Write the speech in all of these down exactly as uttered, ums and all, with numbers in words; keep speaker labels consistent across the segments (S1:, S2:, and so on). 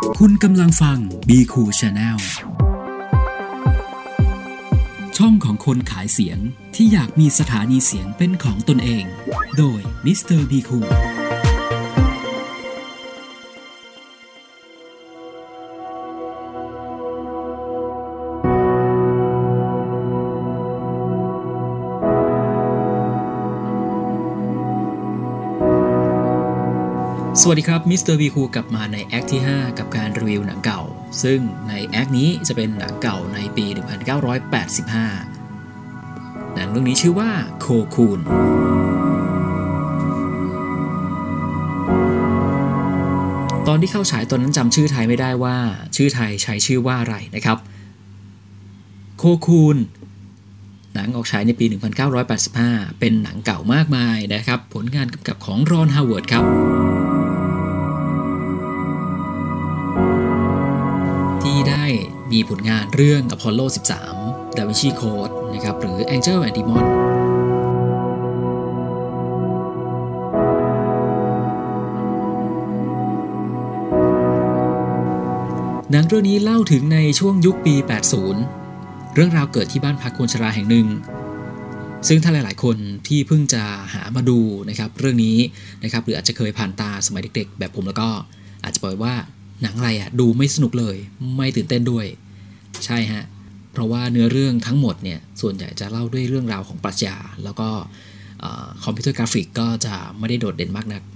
S1: คุณกำลังฟัง บี คูล Channel ช่องของคนขายเสียงที่อยากมีสถานีเสียงเป็นของตนเองโดยมิสเตอร์ บี คูลสวัสดีครับมิสเตอร์ บี คูลกลับมาในแอคที่ห้ากับการรีวิวหนังเก่าซึ่งในแอคนี้จะเป็นหนังเก่าในปีหนึ่งพันเก้าร้อยแปดสิบห้าหนังเรื่องนี้ชื่อว่าโคคูนตอนที่เข้าฉายตอนนั้นจำชื่อไทยไม่ได้ว่าชื่อไทยใช้ชื่อว่าอะไรนะครับโคคูนหนังออกฉายในปีหนึ่งพันเก้าร้อยแปดสิบห้าเป็นหนังเก่ามากมายนะครับผลงานกำกับของรอนฮาวเวิร์ดครับที่ได้มีผลงานเรื่อง Apollo สิบสาม Da Vinci Code นะครับหรือ Angel and Demon หนังเรื่องนี้เล่าถึงในช่วงยุคปี แปดสิบ เรื่องราวเกิดที่บ้านพักคนชราแห่งหนึ่งซึ่งถ้าหลายๆคนที่เพิ่งจะหามาดูนะครับเรื่องนี้นะครับหรืออาจจะเคยผ่านตาสมัยเด็กๆแบบผมแล้วก็อาจจะบอกว่าหนังอะไรอ่ะดูไม่สนุกเลยไม่ตื่นเต้นด้วยใช่ฮะเพราะว่าเนื้อเรื่องทั้งหมดเนี่ยส่วนใหญ่จะเล่าด้วยเรื่องราวของปรัชญาแล้วก็คอมพิวเตอร์กราฟิกก็จะไม่ได้โดดเด่นมากนัก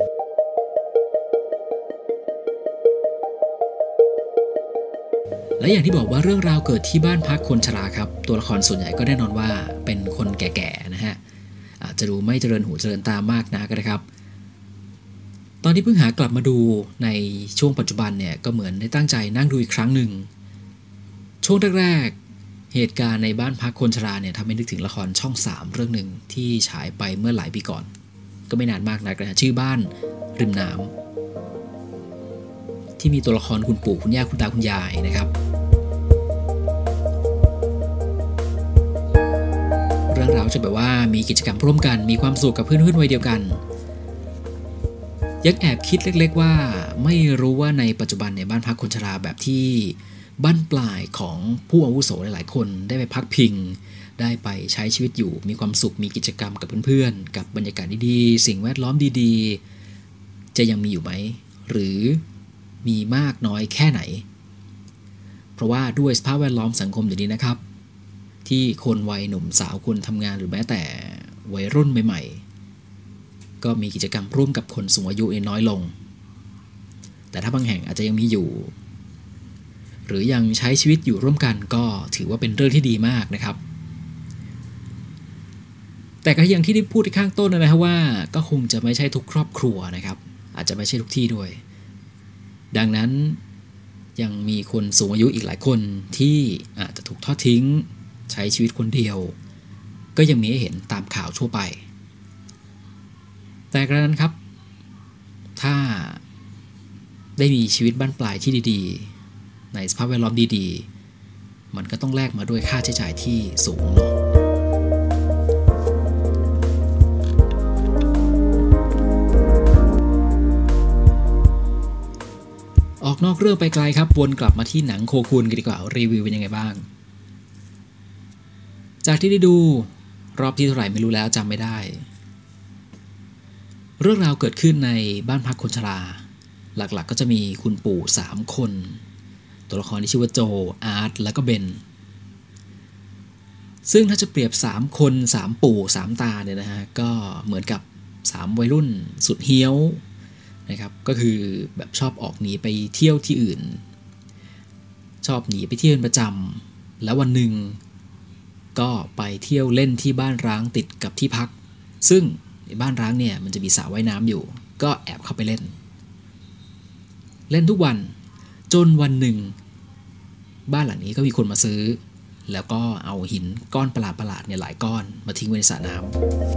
S1: และอย่างที่บอกว่าเรื่องราวเกิดที่บ้านพักคนชราครับตัวละครส่วนใหญ่ก็แน่นอนว่าเป็นคนแก่ๆนะฮะอาจจะดูไม่เจริญหูเจริญตามากนักนะครับตอนที่เพิ่งหากลับมาดูในช่วงปัจจุบันเนี่ยก็เหมือนได้ตั้งใจนั่งดูอีกครั้งหนึ่งช่วงแรกๆเหตุการณ์ในบ้านพักคนชราเนี่ยทำให้นึกถึงละครช่องสามเรื่องหนึ่งที่ฉายไปเมื่อหลายปีก่อนก็ไม่นานมากนักนะชื่อบ้านริมน้ำที่มีตัวละครคุณปู่คุณย่าคุณตาคุณยายนะครับเรื่องราวจะแบบว่ามีกิจกรรมร่วมกันมีความสุขกับเพื่อนๆวัยเดียวกันยังแอบคิดเล็กๆว่าไม่รู้ว่าในปัจจุบันในบ้านพักคนชราแบบที่บั้นปลายของผู้อาวุโสหลายๆคนได้ไปพักพิงได้ไปใช้ชีวิตอยู่มีความสุขมีกิจกรรมกับเพื่อนๆกับบรรยากาศดีๆสิ่งแวดล้อมดีๆจะยังมีอยู่ไหมหรือมีมากน้อยแค่ไหนเพราะว่าด้วยสภาพแวดล้อมสังคมอย่างนี้นะครับที่คนวัยหนุ่มสาวคนทำงานหรือแม้แต่วัยรุ่นใหม่ๆก็มีกิจกรรมร่วมกับคนสูงอายุน้อยลงแต่ถ้าบางแห่งอาจจะยังมีอยู่หรือยังใช้ชีวิตอยู่ร่วมกันก็ถือว่าเป็นเรื่องที่ดีมากนะครับแต่ก็อย่างที่ได้พูดที่ข้างต้นนะครับว่าก็คงจะไม่ใช่ทุกครอบครัวนะครับอาจจะไม่ใช่ทุกที่ด้วยดังนั้นยังมีคนสูงอายุอีกหลายคนที่อาจจะถูกทอดทิ้งใช้ชีวิตคนเดียวก็ยังมีให้เห็นตามข่าวทั่วไปแต่กระนั้นครับถ้าได้มีชีวิตบั้นปลายที่ดีๆในสภาพแวดล้อมดีๆมันก็ต้องแลกมาด้วยค่าใช้จ่ายที่สูงเนาะออกนอกเรื่องไปไกลครับวนกลับมาที่หนังโคคูนกันดีกว่ารีวิวเป็นยังไงบ้างจากที่ได้ดูรอบที่เท่าไหร่ไม่รู้แล้วจำไม่ได้เรื่องราวเกิดขึ้นในบ้านพักคนชราหลักๆ ก, ก็จะมีคุณปู่สามคนตัวละครที่ชื่อว่าโจอาร์ตแล้วก็เบนซึ่งถ้าจะเปรียบสามคนสามปู่สามตาเนี่ยนะฮะก็เหมือนกับสามวัยรุ่นสุดเฮี้ยวนะครับก็คือแบบชอบออกหนีไปเที่ยวที่อื่นชอบหนีไปเที่ยวเป็นประจำแล้ววันหนึ่งก็ไปเที่ยวเล่นที่บ้านร้างติดกับที่พักซึ่งในบ้านร้างเนี่ยมันจะมีสระว่ายน้ำอยู่ก็แอบเข้าไปเล่นเล่นทุกวันจนวันหนึ่งบ้านหลังนี้ก็มีคนมาซื้อแล้วก็เอาหินก้อนประหลาดๆเนี่ยหลายก้อนมาทิ้งไว้ในสระน้ำ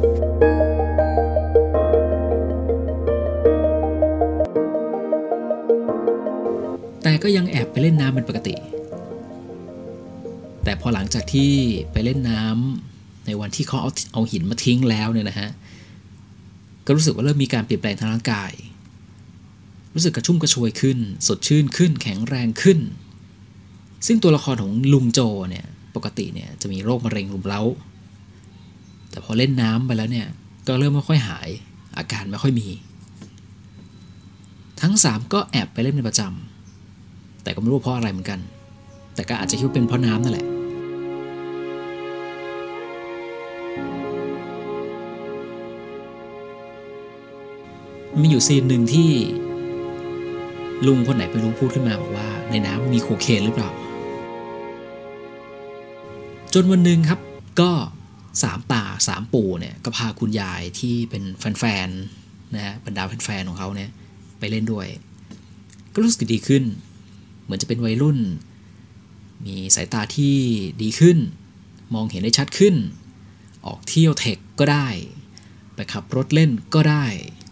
S1: แต่ก็ยังแอบไปเล่นน้ำเป็นปกติแต่พอหลังจากที่ไปเล่นน้ำในวันที่เขาเอาเอาหินมาทิ้งแล้วเนี่ยนะฮะก็รู้สึกว่าเริ่มมีการเปลี่ยนแปลงทางร่างกายรู้สึกกระชุ่มกระชวยขึ้นสดชื่นขึ้นแข็งแรงขึ้นซึ่งตัวละครของลุงโจเนี่ยปกติเนี่ยจะมีโรคมะเร็งรุมเร้าแต่พอเล่นน้ำไปแล้วเนี่ยก็เริ่มไม่ค่อยหายอาการไม่ค่อยมีทั้งสามก็แอบไปเล่นเป็นประจำแต่ก็ไม่รู้เพราะอะไรเหมือนกันแต่ก็อาจจะคิดว่าเป็นเพราะน้ำนั่นแหละมีอยู่ซีนหนึ่งที่ลุงคนไหนไปรู้พูดขึ้นมาบอกว่าในน้ำมีโคเคนหรือเปล่าจนวันหนึ่งครับก็สามตาสามปู่เนี่ยก็พาคุณยายที่เป็นแฟนๆนะฮะบรรดาแฟนๆของเขาเนี่ยไปเล่นด้วยก็รู้สึกดีขึ้นเหมือนจะเป็นวัยรุ่นมีสายตาที่ดีขึ้นมองเห็นได้ชัดขึ้นออกเที่ยวเทคก็ได้ไปขับรถเล่นก็ได้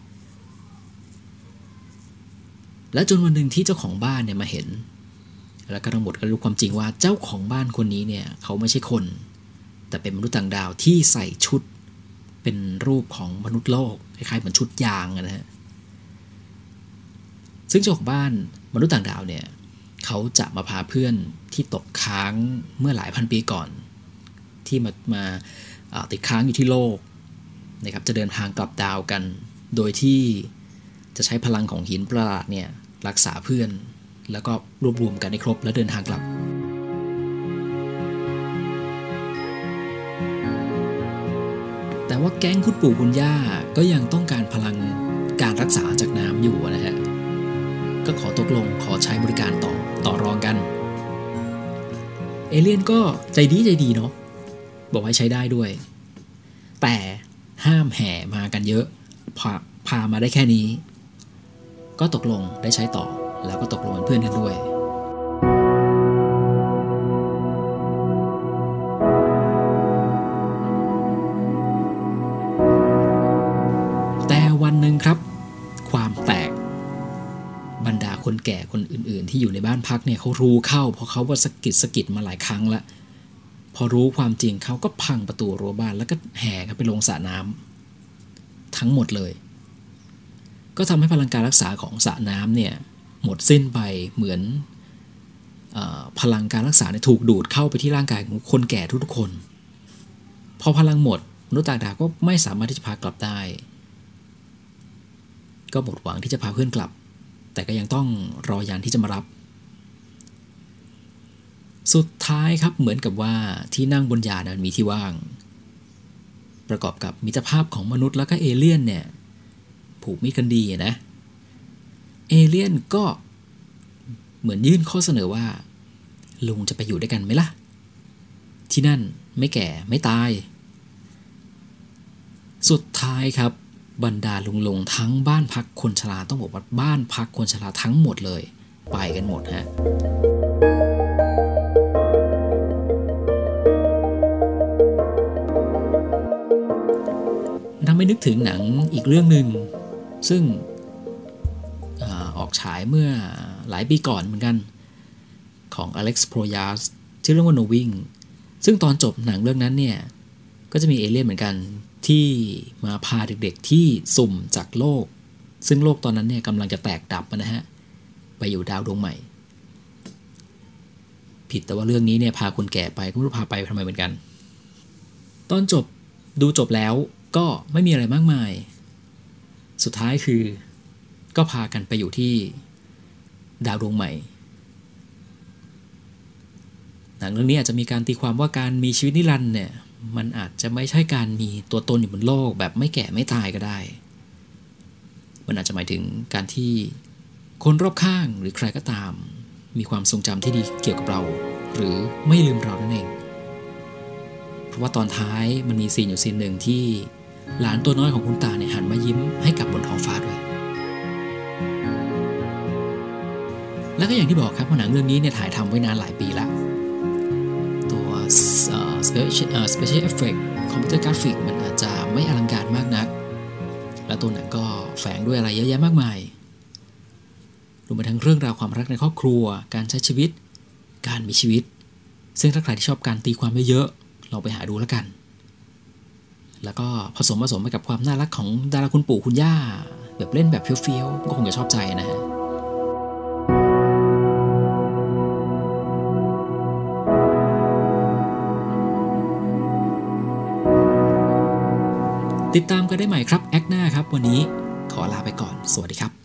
S1: และจนวันหนึ่งที่เจ้าของบ้านเนี่ยมาเห็นแล้วก็ทั้งหมดก็รู้ความจริงว่าเจ้าของบ้านคนนี้เนี่ยเขาไม่ใช่คนแต่เป็นมนุษย์ต่างดาวที่ใส่ชุดเป็นรูปของมนุษย์โลกคล้ายๆเหมือนชุดยางนะฮะซึ่งเจ้าของบ้านมนุษย์ต่างดาวเนี่ยเขาจะมาพาเพื่อนที่ตกค้างเมื่อหลายพันปีก่อนที่มามาติดค้างอยู่ที่โลกนะครับจะเดินทางกลับดาวกันโดยที่จะใช้พลังของหินประหลาดเนี่ยรักษาเพื่อนแล้วก็รวบรวมกันให้ครบแล้วเดินทางกลับแต่ว่าแก๊งคุณปู่คุณย่าก็ยังต้องการพลังการรักษาจากน้ำอยู่นะฮะก็ขอตกลงขอใช้บริการต่อต่อรองกันเอเลี่ยนก็ใจดีใจดีเนาะบอกให้ใช้ได้ด้วยแต่ห้ามแห่มากันเยอะพาพามาได้แค่นี้ก็ตกลงได้ใช้ต่อแล้วก็ตกลงเป็นเพื่อนกันด้วยแต่วันหนึ่งครับความแตกบรรดาคนแก่คนอื่นๆที่อยู่ในบ้านพักเนี่ยเขารู้เข้าเพราะเขาว่าสะกิดสะกิดมาหลายครั้งแล้วพอรู้ความจริงเขาก็พังประตูรั้วบ้านแล้วก็แห่กันไปลงสระน้ำทั้งหมดเลยก็ทำให้พลังการรักษาของสระน้ำเนี่ยหมดสิ้นไปเหมือนเอ่อพลังการรักษาเนี่ยถูกดูดเข้าไปที่ร่างกายของคนแก่ทุกๆคนพอพลังหมดมนุษย์ต่างดาวก็ไม่สามารถที่จะพากลับได้ก็หมดหวังที่จะพาเพื่อนกลับแต่ก็ยังต้องรอยานที่จะมารับสุดท้ายครับเหมือนกับว่าที่นั่งบนยานมันมีที่ว่างประกอบกับมิตรภาพของมนุษย์แล้วก็เอเลี่ยนเนี่ยผูกมิตรกันดีนะเอเลี่ยนก็เหมือนยื่นข้อเสนอว่าลุงจะไปอยู่ด้วยกันไหมล่ะที่นั่นไม่แก่ไม่ตายสุดท้ายครับบรรดาลุงลงทั้งบ้านพักคนชราต้องบอกว่าบ้านพักคนชราทั้งหมดเลยไปกันหมดฮะทำให้นึกถึงหนังอีกเรื่องหนึ่งซึ่งออกฉายเมื่อหลายปีก่อนเหมือนกันของอเล็กซ์โพรยาสชื่อเรื่องว่า Knowing ซึ่งตอนจบหนังเรื่องนั้นเนี่ยก็จะมีเอเลี่ยนเหมือนกันที่มาพาเด็กๆที่สุ่มจากโลกซึ่งโลกตอนนั้นเนี่ยกำลังจะแตกดับนะฮะไปอยู่ดาวดวงใหม่ผิดแต่ว่าเรื่องนี้เนี่ยพาคนแก่ไปก็ไม่รู้พาไปทำไมเหมือนกันตอนจบดูจบแล้วก็ไม่มีอะไรมากมายสุดท้ายคือก็พากันไปอยู่ที่ดาวดวงใหม่หนังเรื่องนี้อาจจะมีการตีความว่าการมีชีวิตนิรันดร์เนี่ยมันอาจจะไม่ใช่การมีตัวตนอยู่บนโลกแบบไม่แก่ไม่ตายก็ได้มันอาจจะหมายถึงการที่คนรอบข้างหรือใครก็ตามมีความทรงจำที่ดีเกี่ยวกับเราหรือไม่ลืมเรานั่นเองเพราะว่าตอนท้ายมันมีซีนอยู่ซีนหนึ่งที่หลานตัวน้อยของคุณตาเนี่ยหันมายิ้มให้กับบนท้องฟ้าด้วยแล้วก็อย่างที่บอกครับว่าหนังเรื่องนี้เนี่ยถ่ายทำไว้นานหลายปีละตัว special special effect คอมพิวเตอร์กราฟิกมันอาจจะไม่อลังการมากนักและตัวหนังก็แฝงด้วยอะไรเยอะแยะมากมายรวมไปทั้งเรื่องราวความรักในครอบครัวการใช้ชีวิตการมีชีวิตซึ่งถ้าใครที่ชอบการตีความเยอะๆลองไปหาดูแล้วกันแล้วก็ผสมผสมไปกับความน่ารักของดาราคุณปู่คุณย่าแบบเล่นแบบเฟี้ยวๆก็คงจะชอบใจนะฮะติดตามกันได้ใหม่ครับแอคหน้าครับวันนี้ขอลาไปก่อนสวัสดีครับ